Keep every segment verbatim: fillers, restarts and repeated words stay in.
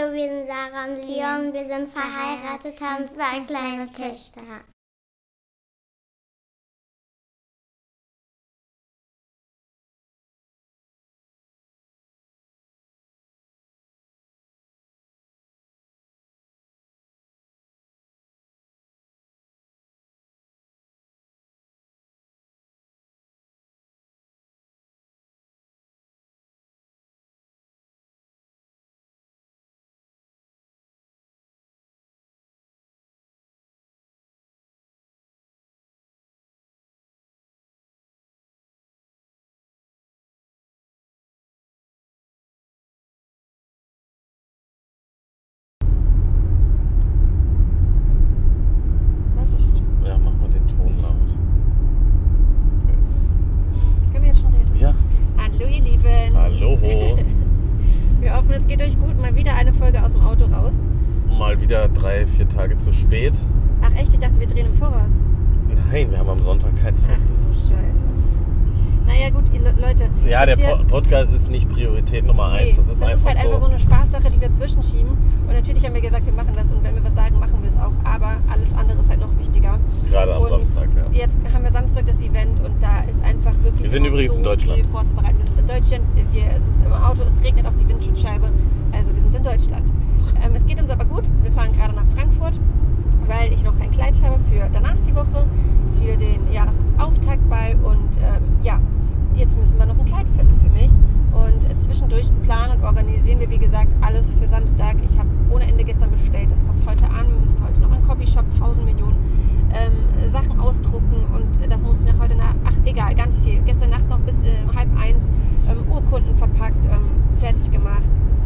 Hallo, wir sind Sarah und Leon, wir sind verheiratet, haben zwei kleine Töchter. Es geht euch gut. Mal wieder eine Folge aus dem Auto raus. Mal wieder drei, vier Tage zu spät. Ach echt? Ich dachte, wir drehen im Voraus. Nein, wir haben am Sonntag keinen Zug. Ach du Scheiße. Naja gut, ihr Le- Leute. Ja, der Po- Podcast ist nicht Priorität Nummer eins. Nee, das ist, das einfach, ist halt so. einfach so eine Spaßsache, die wir zwischenschieben. Und natürlich haben wir gesagt, wir machen das. Und wenn wir was sagen, machen wir es auch. Aber alles andere ist halt noch wichtiger. Gerade am und Samstag, ja. Jetzt haben wir Samstag das Event und da ist einfach wirklich Wir sind übrigens so in Deutschland. viel vorzubereiten. Wir sind in Deutschland, wir sind im Auto, es regnet auf die Windschutzscheibe. Also wir sind in Deutschland. Ähm, es geht uns aber gut. Wir fahren gerade nach Frankfurt, weil ich noch kein Kleid habe für danach die Woche, für den Jahresauftaktball. Und ähm, ja, jetzt müssen wir noch ein Kleid finden für mich. Und äh, zwischendurch planen und organisieren wir, wie gesagt, alles für Samstag. Ich habe ohne Ende gestern bestellt. Das kommt heute an. Wir müssen heute noch in den Copyshop tausend Millionen ähm, Sachen ausdrucken. Und äh, das muss ich nach heute nach... Ach, egal, ganz viel. Gestern Nacht noch bis äh, halb eins ähm, Urkunden verpackt, ähm, fertig gemacht.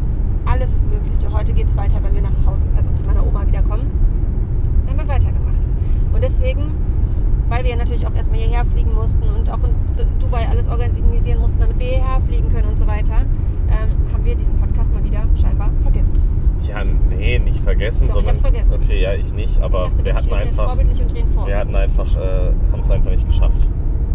Alles Mögliche. Heute geht es weiter, wenn wir nach Hause, also zu meiner Oma wiederkommen. Dann wird weitergemacht. Und deswegen, weil wir natürlich auch erstmal hierher fliegen mussten und auch in Dubai alles organisieren mussten, damit wir hierher fliegen können und so weiter, ähm, haben wir diesen Podcast mal wieder scheinbar vergessen. Ja, nee, nicht vergessen, Doch, sondern... ich hab's vergessen. Okay, ja, ich nicht, aber ich dachte, wir hatten wir einfach... vorbildlich und drehen vor. Wir hatten einfach, äh, haben es einfach nicht geschafft.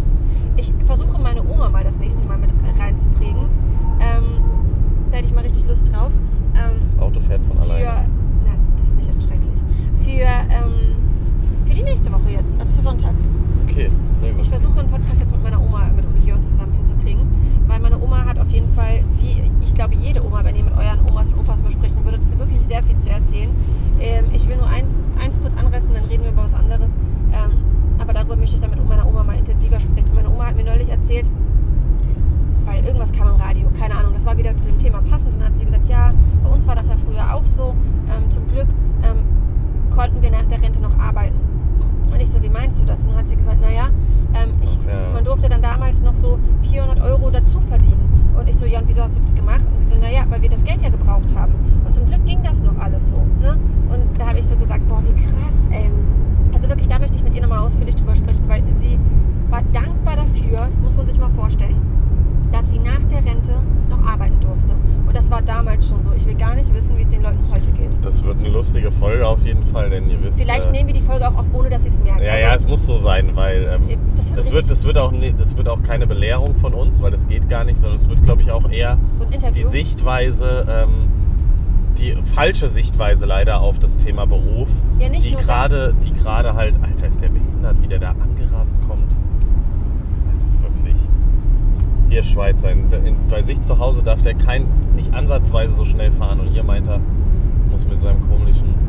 Ich versuche meine Oma mal das nächste Mal mit reinzuprägen. Ähm, da hätte ich mal richtig Lust drauf. Ähm, das Auto fährt von für, alleine. Na, das finde ich jetzt schrecklich. Für, ähm, für die nächste Woche jetzt, also für Sonntag. Okay, sehr gut. Ich versuche einen Podcast jetzt mit meiner Oma, mit Union zusammen hinzukriegen, weil meine Oma hat auf jeden Fall, wie ich glaube jede Oma, wenn ihr mit euren Omas und Opas besprechen würdet, wirklich sehr viel zu erzählen. Ähm, ich will nur ein, eins kurz anreißen, dann reden wir über was anderes. Ähm, aber darüber möchte ich dann mit meiner Oma mal intensiver sprechen. Meine Oma hat mir neulich erzählt, weil irgendwas kam im Radio, keine Ahnung, das war wieder zu dem Thema passend und dann hat sie gesagt, ja, bei uns war das ja früher auch so, ähm, zum Glück ähm, konnten wir nach der Rente noch arbeiten. Und ich so, wie meinst du das? Und dann hat sie gesagt, naja, ähm, ich, ja. man durfte dann damals noch so vierhundert Euro dazu verdienen. Und ich so, ja, und wieso hast du das gemacht? Und sie so, naja, weil wir das Geld ja gebraucht haben. Und zum Glück ging das noch alles so. Ne? Und da habe ich so gesagt, boah, wie krass, ey. Also wirklich, da möchte ich mit ihr nochmal ausführlich drüber sprechen, weil sie war dankbar dafür, das muss man sich mal vorstellen, dass sie nach der Rente noch arbeiten durfte. Und das war damals schon so. Ich will gar nicht wissen, wie es den Leuten heute geht. Das wird eine lustige Folge auf jeden Fall, denn ihr wisst... Vielleicht äh, nehmen wir die Folge auch auf, ohne dass sie es merken. Ja, also, ja, es muss so sein, weil ähm, das, wird das, wird, das, wird auch, das wird auch keine Belehrung von uns, weil das geht gar nicht, sondern es wird, glaube ich, auch eher so ein Interview. die Sichtweise, ähm, die falsche Sichtweise leider auf das Thema Beruf, ja, nicht die nur gerade, die gerade halt, Alter, ist der behindert, wie der da angerast kommt. Also wirklich. Hier Schweizer, in, in, bei sich zu Hause darf der kein, nicht ansatzweise so schnell fahren und hier meint er, muss mit seinem komischen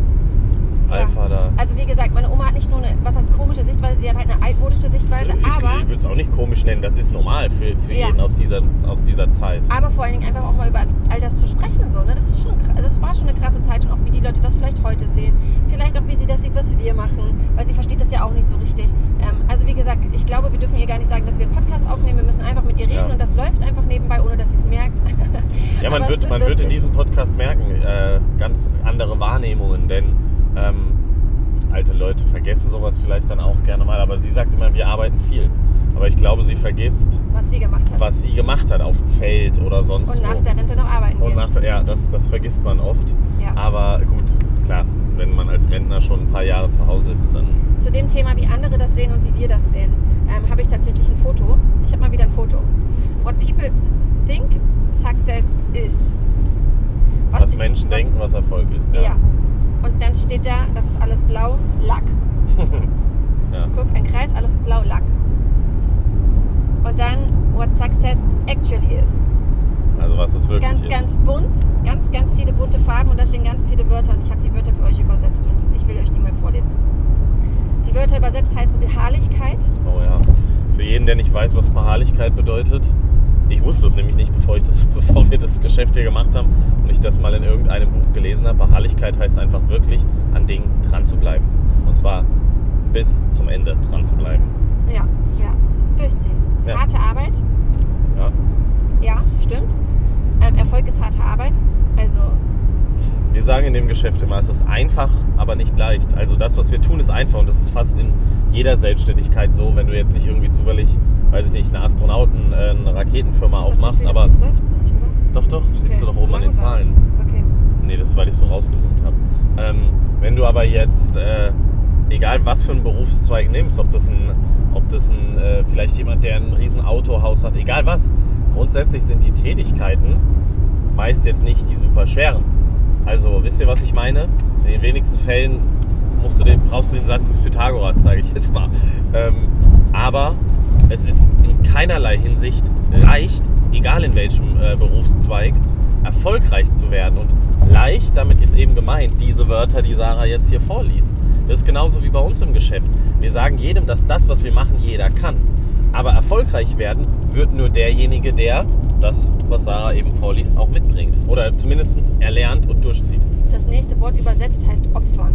Alpha da. Also wie gesagt, meine Oma hat nicht nur eine, was heißt komische Sichtweise, sie hat halt eine altmodische Sichtweise, Ich, aber... ich würde es auch nicht komisch nennen, das ist normal für, für Ja. jeden aus dieser, aus dieser Zeit. Aber vor allen Dingen einfach auch mal über all das zu sprechen. So, ne? Das ist schon, kra- das war schon eine krasse Zeit und auch wie die Leute das vielleicht heute sehen. Vielleicht auch wie sie das sieht, was wir machen, weil sie versteht das ja auch nicht so richtig. Ähm, also wie gesagt, ich glaube, wir dürfen ihr gar nicht sagen, dass wir einen Podcast aufnehmen. Wir müssen einfach mit ihr reden Ja. und das läuft einfach nebenbei, ohne dass sie es merkt. Ja, man, Aber es wird, man wird in lustig. diesem Podcast merken, äh, ganz andere Wahrnehmungen, denn ähm, alte Leute vergessen sowas vielleicht dann auch gerne mal, aber sie sagt immer, wir arbeiten viel. Aber ich glaube, sie vergisst, Was sie gemacht hat. was sie gemacht hat auf dem Feld oder sonst Und nach wo. der Rente noch arbeiten Und gehen. nach der, ja, das, das vergisst man oft. Ja. Aber gut, klar, wenn man als Rentner schon ein paar Jahre zu Hause ist, dann... Zu dem Thema, wie andere das sehen und wie wir das sehen, ähm, habe ich tatsächlich ein Foto. Ich habe mal wieder ein Foto. What people think success is. Was, was Menschen was, denken, was Erfolg ist. Ja. ja. Und dann steht da, das ist alles blau, Lack. ja. Guck, ein Kreis, alles ist blau, Lack. Und dann, what success actually is. Also was es wirklich ganz, ist. Ganz, ganz bunt, ganz, ganz viele bunte Farben und da stehen ganz viele Wörter und ich habe die Wörter für euch übersetzt und ich will euch die mal vorlesen. Die Wörter übersetzt heißen Beharrlichkeit. Oh ja. Für jeden, der nicht weiß, was Beharrlichkeit bedeutet, ich wusste es nämlich nicht, bevor, ich das, bevor wir das Geschäft hier gemacht haben und ich das mal in irgendeinem Buch gelesen habe. Beharrlichkeit heißt einfach wirklich, an Dingen dran zu bleiben. Und zwar bis zum Ende dran zu bleiben. Ja, ja. Durchziehen. Ja. Harte Arbeit. Ja. Ja, stimmt. Ähm, Erfolg ist harte Arbeit. Also. Wir sagen in dem Geschäft immer, es ist einfach, aber nicht leicht. Also das, was wir tun, ist einfach und das ist fast in jeder Selbstständigkeit so, wenn du jetzt nicht irgendwie zufällig, weiß ich nicht, eine Astronauten, äh, eine Raketenfirma aufmachst, aber... Das läuft nicht, oder? Doch, doch, Okay, siehst du doch so oben an den langsam. Zahlen. Okay. Nee, das ist, weil ich so rausgezoomt habe. Ähm, wenn du aber jetzt, äh, egal was für einen Berufszweig nimmst, ob das ein, ob das ein äh, vielleicht jemand, der ein riesen Autohaus hat, egal was, grundsätzlich sind die Tätigkeiten meist jetzt nicht die super schweren. Also, wisst ihr, was ich meine? In den wenigsten Fällen musst du den, brauchst du den Satz des Pythagoras, sage ich jetzt mal. Ähm, aber es ist in keinerlei Hinsicht leicht, egal in welchem äh, Berufszweig, erfolgreich zu werden. Und leicht, damit ist eben gemeint, diese Wörter, die Sarah jetzt hier vorliest. Das ist genauso wie bei uns im Geschäft. Wir sagen jedem, dass das, was wir machen, jeder kann. Aber erfolgreich werden wird nur derjenige, der das, was Sarah eben vorliest, auch mitbringt. Oder zumindest erlernt und durchzieht. Das nächste Wort übersetzt heißt opfern.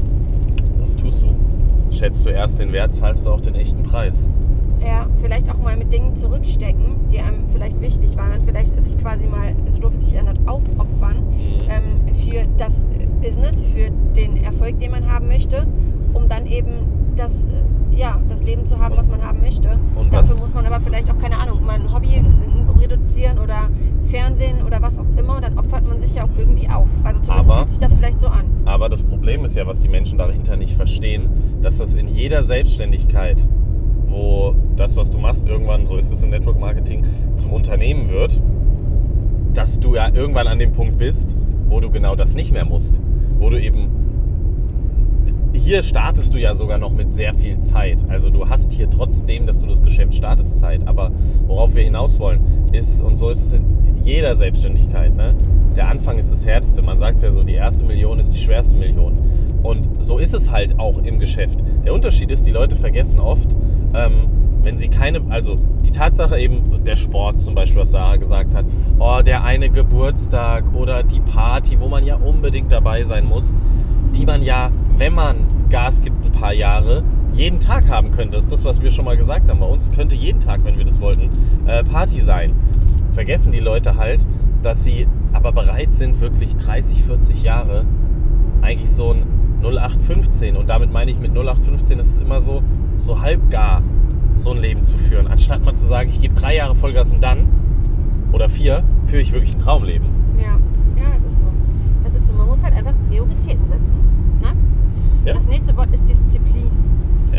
Das tust du. Schätzt du erst den Wert, zahlst du auch den echten Preis. Ja, vielleicht auch mal mit Dingen zurückstecken, die einem vielleicht wichtig waren. Vielleicht sich quasi mal, so doof es sich ändert, aufopfern Mhm. ähm, für das Business, für den Erfolg, den man haben möchte, um dann eben das, äh, ja, das Leben zu haben, was man haben möchte. Und Dafür das- muss man aber das vielleicht ist- auch, keine Ahnung, mal ein Hobby reduzieren oder Fernsehen oder was auch immer. Und dann opfert man sich ja auch irgendwie auf. Also zumindest Aber- fühlt sich das vielleicht so an. Aber das Problem ist ja, was die Menschen dahinter nicht verstehen, dass das in jeder Selbstständigkeit, wo das, was du machst, irgendwann, so ist es im Network Marketing, zum Unternehmen wird, dass du ja irgendwann an dem Punkt bist, wo du genau das nicht mehr musst. Wo du eben, hier startest du ja sogar noch mit sehr viel Zeit. Also du hast hier trotzdem, dass du das Geschäft startest, Zeit. Aber worauf wir hinaus wollen, ist, und so ist es in jeder Selbstständigkeit, ne? Der Anfang ist das Härteste. Man sagt ja so, die erste Million ist die schwerste Million. Und so ist es halt auch im Geschäft. Der Unterschied ist, die Leute vergessen oft, ähm, wenn sie keine, also die Tatsache eben, der Sport zum Beispiel, was Sarah gesagt hat, oh, der eine Geburtstag oder die Party, wo man ja unbedingt dabei sein muss, die man ja, wenn man Gas gibt ein paar Jahre, jeden Tag haben könnte. Das ist das, was wir schon mal gesagt haben. Bei uns könnte jeden Tag, wenn wir das wollten, äh, Party sein. Vergessen die Leute halt, dass sie aber bereit sind, wirklich dreißig, vierzig Jahre eigentlich so ein null acht fünfzehn, und damit meine ich mit null acht fünfzehn ist es immer so, so halbgar so ein Leben zu führen. Anstatt mal zu sagen, ich gebe drei Jahre Vollgas und dann, oder vier, führe ich wirklich ein Traumleben. Ja, ja, es ist so. Es ist so, man muss halt einfach Prioritäten setzen. Ne? Ja. Das nächste Wort ist Disziplin. Ja.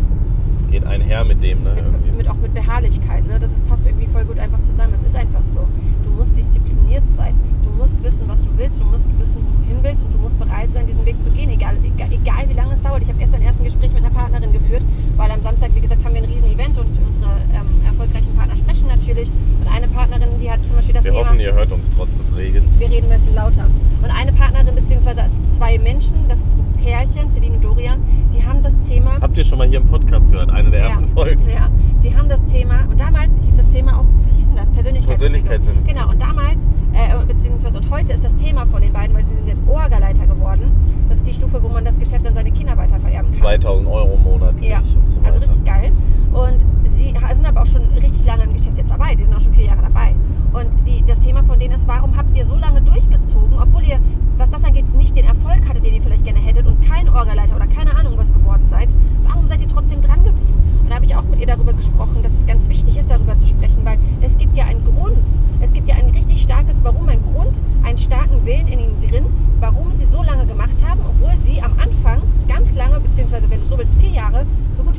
Geht einher mit dem, ne? Mit, Irgendwie. mit, auch mit Beharrlichkeit. Ne? Das passt irgendwie voll gut einfach zusammen. Es ist einfach so. Du musst diszipliniert sein. Du musst wissen, was du willst. Du musst wissen, wo du hin willst. Und du musst bereit sein, diesen Weg zu gehen. Egal, egal, egal wie lange es dauert. Ich habe gestern erst ein Gespräch mit einer Partnerin geführt, weil am Samstag, wie gesagt, haben wir ein riesen Event und unsere ähm, erfolgreichen Partner sprechen natürlich. Und eine Partnerin, die hat zum Beispiel das Wir Thema... hoffen, ihr hört uns trotz des Regens. Wir reden ein bisschen lauter. Und eine Partnerin bzw. zwei Menschen, das ist ein Pärchen, Celine und Dorian, die haben das Thema... Habt ihr schon mal hier im Podcast gehört? Eine der ja, ersten Folgen. Ja, die haben das Thema, und damals hieß das Thema auch, wie hieß denn das? Persönlichkeitsentwicklung. Persönlichkeitsentwicklung. Genau, und damals, äh, beziehungsweise und heute ist das Thema von den beiden, weil sie sind jetzt Orgaleiter geworden. Das ist die Stufe, wo man das Geschäft an seine Kinder weitervererben kann. zweitausend Euro monatlich Ja, und so weiter. also richtig geil. Und sie sind aber auch schon richtig lange im Geschäft jetzt dabei. Die sind auch schon vier Jahre dabei. Und die, das Thema von denen ist, warum habt ihr so lange durchgezogen, obwohl ihr, was das angeht, nicht den Erfolg hattet, den ihr vielleicht gerne hättet und kein Orgaleiter oder keine Ahnung was geworden seid. Warum seid ihr trotzdem dran geblieben? Und da habe ich auch mit ihr darüber gesprochen, dass es ganz wichtig ist, darüber zu sprechen, weil es gibt ja einen Grund. Es gibt ja ein richtig starkes Warum, ein Grund, einen starken Willen in ihnen drin, warum sie so lange gemacht haben, obwohl sie am Anfang ganz lange, beziehungsweise wenn du so willst, vier Jahre, so gut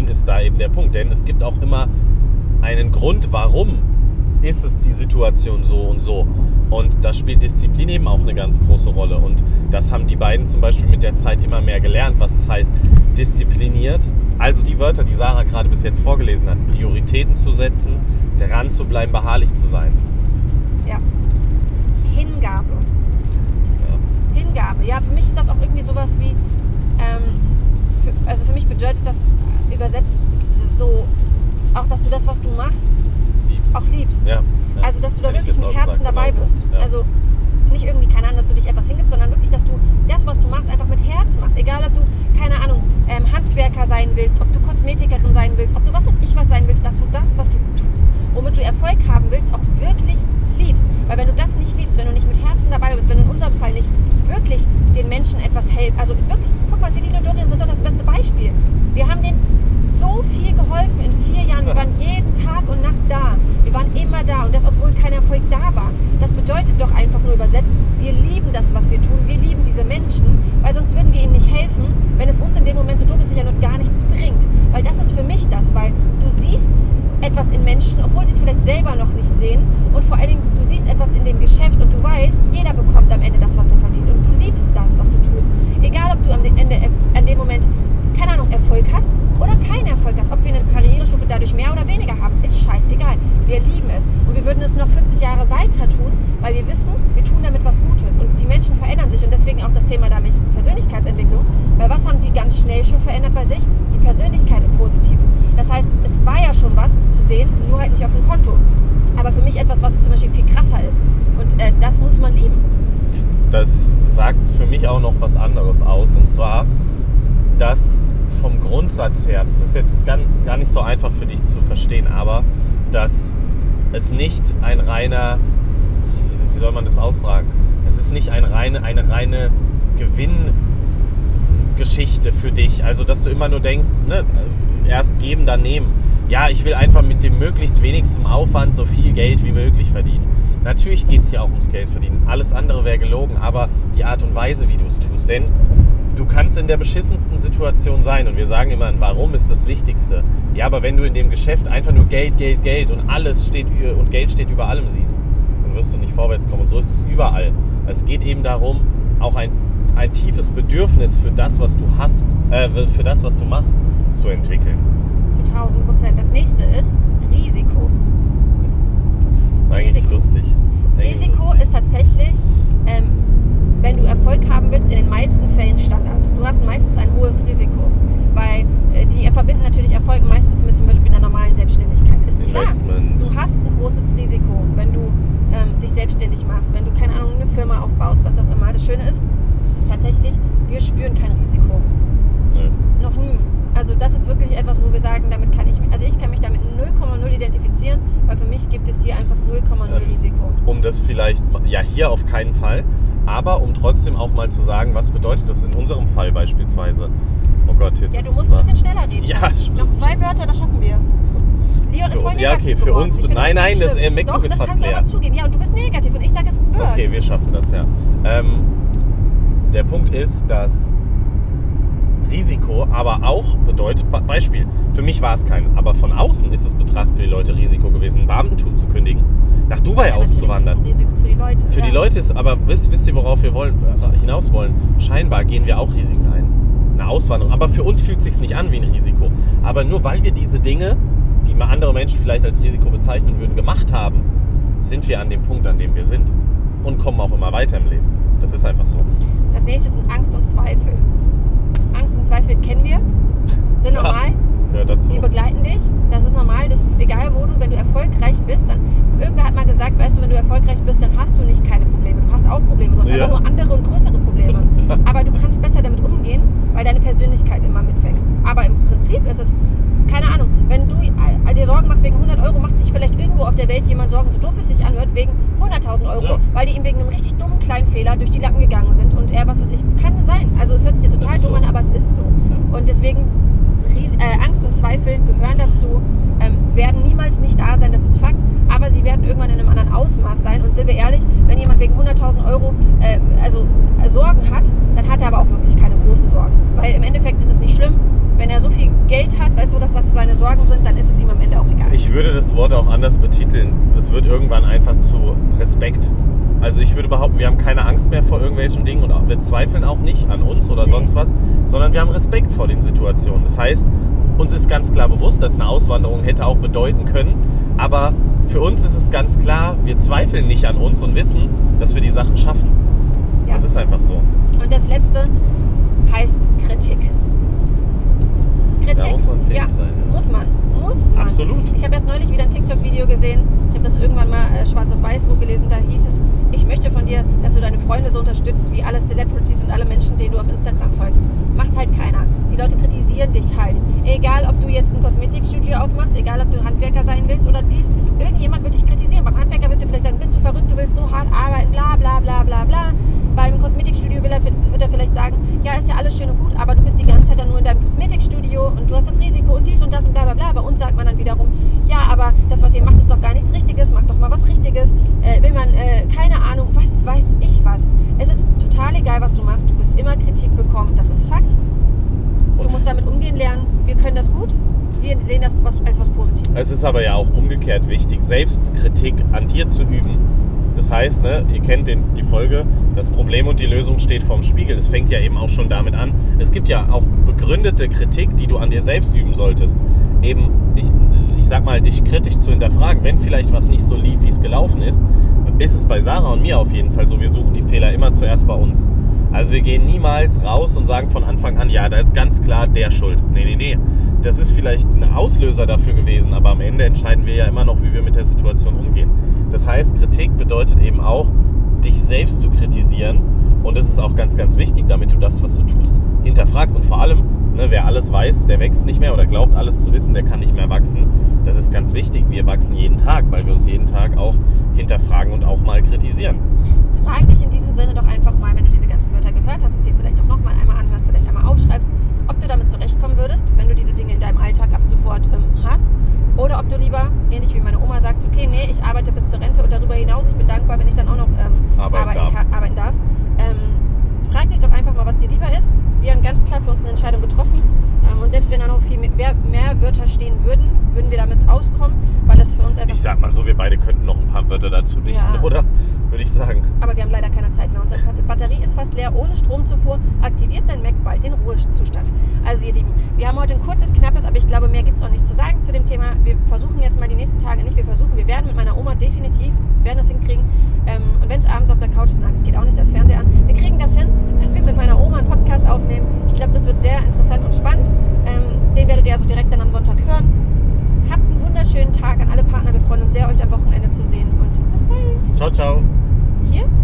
ist da eben der Punkt. Denn es gibt auch immer einen Grund, warum ist es die Situation so und so. Und da spielt Disziplin eben auch eine ganz große Rolle. Und das haben die beiden zum Beispiel mit der Zeit immer mehr gelernt, was es heißt, diszipliniert. Also die Wörter, die Sarah gerade bis jetzt vorgelesen hat, Prioritäten zu setzen, dran zu bleiben, beharrlich zu sein. Ja. Hingabe. Ja. Hingabe. Ja, für mich ist das auch irgendwie sowas wie, ähm, für, also für mich bedeutet das übersetzt so, auch dass du das, was du machst, Liebst. auch liebst. Ja. Ja. Also, dass du da Hätte ich wirklich jetzt mit auch Herzen gesagt, dabei genauso. bist. Ja. Also nicht irgendwie, keine Ahnung, dass du dich etwas hingibst, sondern wirklich, dass du das, was du machst, einfach mit Herzen machst. Egal, ob du, keine Ahnung, ähm, Handwerker sein willst, ob du Kosmetikerin sein willst, ob du was weiß ich was sein willst, dass du das, was du tust, womit du Erfolg haben willst, auch wirklich liebst. Weil wenn du das nicht liebst, wenn du nicht mit Herzen dabei bist, wenn du in unserem Fall nicht wirklich den Menschen etwas helfen, also wirklich, guck mal, Celine und Dorian sind doch das beste Beispiel. Wir haben denen so viel geholfen in vier Jahren. Wir waren jeden Tag und Nacht da. Wir waren immer da und das, obwohl kein Erfolg da war. Das bedeutet doch einfach nur übersetzt, wir lieben das, was wir tun. Wir lieben diese Menschen, weil sonst würden wir ihnen nicht helfen, wenn es uns in dem Moment so doof ist, sich ja nur gar nichts bringt. Weil das ist für mich das, weil du siehst etwas in Menschen, obwohl sie es vielleicht selber noch nicht sehen und vor allen Dingen, du siehst etwas in dem Geschäft und du weißt, jeder bekommt am Ende das, was er verdient und du liebst das, was du tust. Egal, ob du am Ende, an dem Moment, keine Ahnung, Erfolg hast oder keinen Erfolg hast, ob wir eine Karrierestufe dadurch mehr oder weniger haben, ist scheißegal. Wir lieben es und wir würden es noch vierzig Jahre weiter tun, weil wir wissen, wir tun damit was Gutes und die Menschen verändern sich und deswegen auch das Thema damit Persönlichkeitsentwicklung, weil was haben sie ganz schnell schon verändert bei sich? Die Persönlichkeit im Positiven. Das heißt, es war ja schon was zu sehen, nur halt nicht auf dem Konto. Aber für mich etwas, was zum Beispiel viel krasser ist und äh, das muss man lieben. Das sagt für mich auch noch was anderes aus und zwar, dass vom Grundsatz her, das ist jetzt gar, gar nicht so einfach für dich zu verstehen, aber dass es nicht ein reiner, wie soll man das aussagen, es ist nicht ein reine, eine reine Gewinngeschichte für dich, also dass du immer nur denkst, ne, erst geben, dann nehmen. Ja, ich will einfach mit dem möglichst wenigsten Aufwand so viel Geld wie möglich verdienen. Natürlich geht es hier auch ums Geld verdienen, alles andere wäre gelogen, aber die Art und Weise, wie du es tust, denn du kannst in der beschissensten Situation sein und wir sagen immer, warum ist das Wichtigste? Ja, aber wenn du in dem Geschäft einfach nur Geld, Geld, Geld und alles steht und Geld steht über allem siehst, dann wirst du nicht vorwärts kommen und so ist es überall. Es geht eben darum, auch ein, ein tiefes Bedürfnis für das, was du hast, äh, für das, was du machst, zu entwickeln. Zu tausend Prozent. Das nächste ist Risiko. Das ist eigentlich Risiko. lustig. Das ist eigentlich Risiko lustig. ist tatsächlich, ähm, wenn du Erfolg haben willst, in den meisten Fällen Standard. Du hast meistens ein hohes Risiko, weil äh, die verbinden natürlich Erfolg meistens mit zum Beispiel einer normalen Selbstständigkeit. Ist klar, Investment. du hast ein großes Risiko, wenn du ähm, dich selbstständig machst, wenn du, keine Ahnung, eine Firma aufbaust, was auch immer. Das Schöne ist, tatsächlich, wir spüren kein Risiko. Nö. Noch nie. Also das ist wirklich etwas, wo wir sagen, damit kann ich mich, also ich kann mich damit null Komma null identifizieren, weil für mich gibt es hier einfach null Komma null Ähm, Risiko. Um das vielleicht, ja hier auf keinen Fall, aber um trotzdem auch mal zu sagen, was bedeutet das in unserem Fall beispielsweise? Oh Gott, jetzt Ja, ist du musst ein unser... bisschen schneller reden. Ja, Schatz. ich Noch muss- zwei Wörter, das schaffen wir. Leon ist voll Ja, negativ okay, für geworden. uns- Ich finde nein, nicht nein, das, schlimm. äh, MacBook Doch, ist das fast kannst du leer. aber zugeben. Ja, und du bist negativ und ich sage, es ist ein Word. Okay, wir schaffen das, ja. Ähm, der Punkt ist, dass Risiko aber auch bedeutet, Be- Beispiel, für mich war es kein, aber von außen ist es betrachtet für die Leute Risiko gewesen, ein Beamtentum zu kündigen, nach Dubai Ja, natürlich auszuwandern. ist es ein Risiko für die Leute. Für ja. die Leute ist aber, wisst, wisst ihr, worauf wir wollen, äh, hinaus wollen? Scheinbar gehen wir auch Risiken ein. Eine Auswanderung. Aber für uns fühlt es sich nicht an wie ein Risiko. Aber nur weil wir diese Dinge, die mal andere Menschen vielleicht als Risiko bezeichnen würden, gemacht haben, sind wir an dem Punkt, an dem wir sind. Und kommen auch immer weiter im Leben. Das ist einfach so. Das nächste sind Angst und Zweifel. Angst und Zweifel kennen wir, sind Ja. normal. Gehört dazu. Die begleiten dich. Das ist normal. Das, egal wo du, wenn du erfolgreich bist, dann, irgendwer hat mal gesagt, weißt du, wenn du erfolgreich bist, dann hast du nicht keine Probleme. Du hast auch Probleme. Du hast Ja. einfach nur andere und größere Probleme. Aber du kannst besser damit umgehen, weil deine Persönlichkeit immer mitwächst. Aber im Prinzip ist es, keine Ahnung, wenn du äh, dir Sorgen machst wegen hundert Euro, macht sich vielleicht irgendwo auf der Welt jemand Sorgen, so doof es sich anhört, wegen hunderttausend Euro, Ja. weil die ihm wegen einem richtig dummen kleinen Fehler durch die Lappen gegangen sind und er, was weiß ich, kann sein. Also es hört sich jetzt total ist dumm so. an, aber es ist so. Und deswegen Ries- äh, Angst und Zweifel gehören dazu, ähm, werden niemals nicht da sein, das ist Fakt, aber sie werden irgendwann in einem anderen Ausmaß sein. Und sind wir ehrlich, wenn jemand wegen hunderttausend Euro äh, also äh, Sorgen hat, dann hat er aber auch wirklich keine großen Sorgen. Weil im Endeffekt ist es nicht schlimm, wenn er so viel Geld hat, weißt du, dass das Sorgen sind, dann ist es ihm am Ende auch egal. Ich würde das Wort auch anders betiteln. Es wird irgendwann einfach zu Respekt. Also ich würde behaupten, wir haben keine Angst mehr vor irgendwelchen Dingen und wir zweifeln auch nicht an uns oder nee. sonst was, sondern wir haben Respekt vor den Situationen. Das heißt, uns ist ganz klar bewusst, dass eine Auswanderung hätte auch bedeuten können, aber für uns ist es ganz klar, wir zweifeln nicht an uns und wissen, dass wir die Sachen schaffen. Ja. Das ist einfach so. Und das Letzte heißt Kritik. Kritik. Da muss man fähig ja, sein. Ja. Muss man. Muss man. Absolut. Ich habe erst neulich wieder ein TikTok-Video gesehen. Ich habe das irgendwann mal äh, schwarz auf weiß wo gelesen. Da hieß es, ich möchte von dir, dass du deine Freunde so unterstützt, wie alle Celebrities und alle Menschen, denen du auf Instagram folgst. Macht halt keiner. Die Leute kritisieren dich halt. Egal, ob du jetzt ein Kosmetikstudio aufmachst, egal, ob du ein Handwerker sein willst oder dies. Irgendjemand wird dich kritisieren. Beim Handwerker wird dir vielleicht sagen, bist du verrückt, du willst so hart arbeiten, bla bla bla bla bla. Beim Kosmetikstudio will er, wird er vielleicht sagen, ja, ist ja alles schön und gut, aber du bist die ganze Zeit dann nur in deinem Kosmetikstudio und du hast das Risiko und dies und das und bla bla bla. Bei uns sagt man dann wiederum, ja, aber das, was ihr macht, ist doch gar nichts Richtiges, macht doch mal was Richtiges. Äh, will man, äh, keine Ahnung, was weiß ich was. Es ist total egal, was du machst, du wirst immer Kritik bekommen, das ist Fakt. Du musst damit umgehen lernen, wir können das gut, wir sehen das als was Positives. Es ist aber ja auch umgekehrt wichtig, Selbstkritik an dir zu üben. Das heißt, ne, ihr kennt den, die Folge, das Problem und die Lösung steht vorm Spiegel. Es fängt ja eben auch schon damit an. Es gibt ja auch begründete Kritik, die du an dir selbst üben solltest. Eben, ich, ich sag mal, dich kritisch zu hinterfragen. Wenn vielleicht was nicht so lief, wie es gelaufen ist, ist es bei Sarah und mir auf jeden Fall so. Wir suchen die Fehler immer zuerst bei uns. Also wir gehen niemals raus und sagen von Anfang an, ja, da ist ganz klar der schuld. Nee, nee, nee. Das ist vielleicht ein Auslöser dafür gewesen, aber am Ende entscheiden wir ja immer noch, wie wir mit der Situation umgehen. Das heißt, Kritik bedeutet eben auch, dich selbst zu kritisieren. Und das ist auch ganz, ganz wichtig, damit du das, was du tust, hinterfragst. Und vor allem, ne, wer alles weiß, der wächst nicht mehr oder glaubt, alles zu wissen, der kann nicht mehr wachsen. Das ist ganz wichtig. Wir wachsen jeden Tag, weil wir uns jeden Tag auch hinterfragen und auch mal kritisieren. Frag dich in diesem Sinne doch einfach mal, wenn du diese ganzen Wörter gehört hast und dir vielleicht auch noch mal einmal anhörst, vielleicht einmal aufschreibst, ob du damit zurechtkommen würdest, wenn du diese Dinge in deinem Alltag ab sofort ähm, hast. Oder ob du lieber, ähnlich wie meine Oma, sagst, okay, nee, ich arbeite bis zur Rente und darüber hinaus, ich bin dankbar, wenn ich dann auch noch ähm, arbeiten, arbeiten, darf. Ka- arbeiten darf. Ähm, frag dich doch einfach mal, was dir lieber ist. Wir haben ganz klar für uns eine Entscheidung getroffen. Ähm, und selbst wenn da noch viel mehr, mehr Wörter stehen würden, würden wir damit auskommen, weil das für uns einfach... Ich sag mal so, wir beide könnten noch ein paar Wörter dazu dichten, ja. Oder? Würde ich sagen. Aber wir haben leider keine Zeit mehr. Unsere Batterie ist fast leer. Ohne Stromzufuhr aktiviert dein Mac bald den Ruhezustand. Also ihr Lieben, wir haben heute ein kurzes, knappes, aber ich glaube, mehr gibt es auch nicht zu sagen zu dem Thema. Wir versuchen jetzt mal die nächsten Tage nicht, wir versuchen, wir werden mit meiner Oma definitiv, wir werden das hinkriegen. Ähm, und wenn es abends auf der Couch ist, nein, es geht auch nicht das Fernseher an. Wir kriegen das hin, dass wir mit meiner Oma einen Podcast aufnehmen. Ich glaube, das wird sehr interessant und spannend. Ähm, den werdet ihr also direkt dann am Sonntag hören. Habt einen wunderschönen Tag an alle Partner. Wir freuen uns sehr, euch am Wochenende zu sehen. Und bis bald. Ciao, ciao. Hier?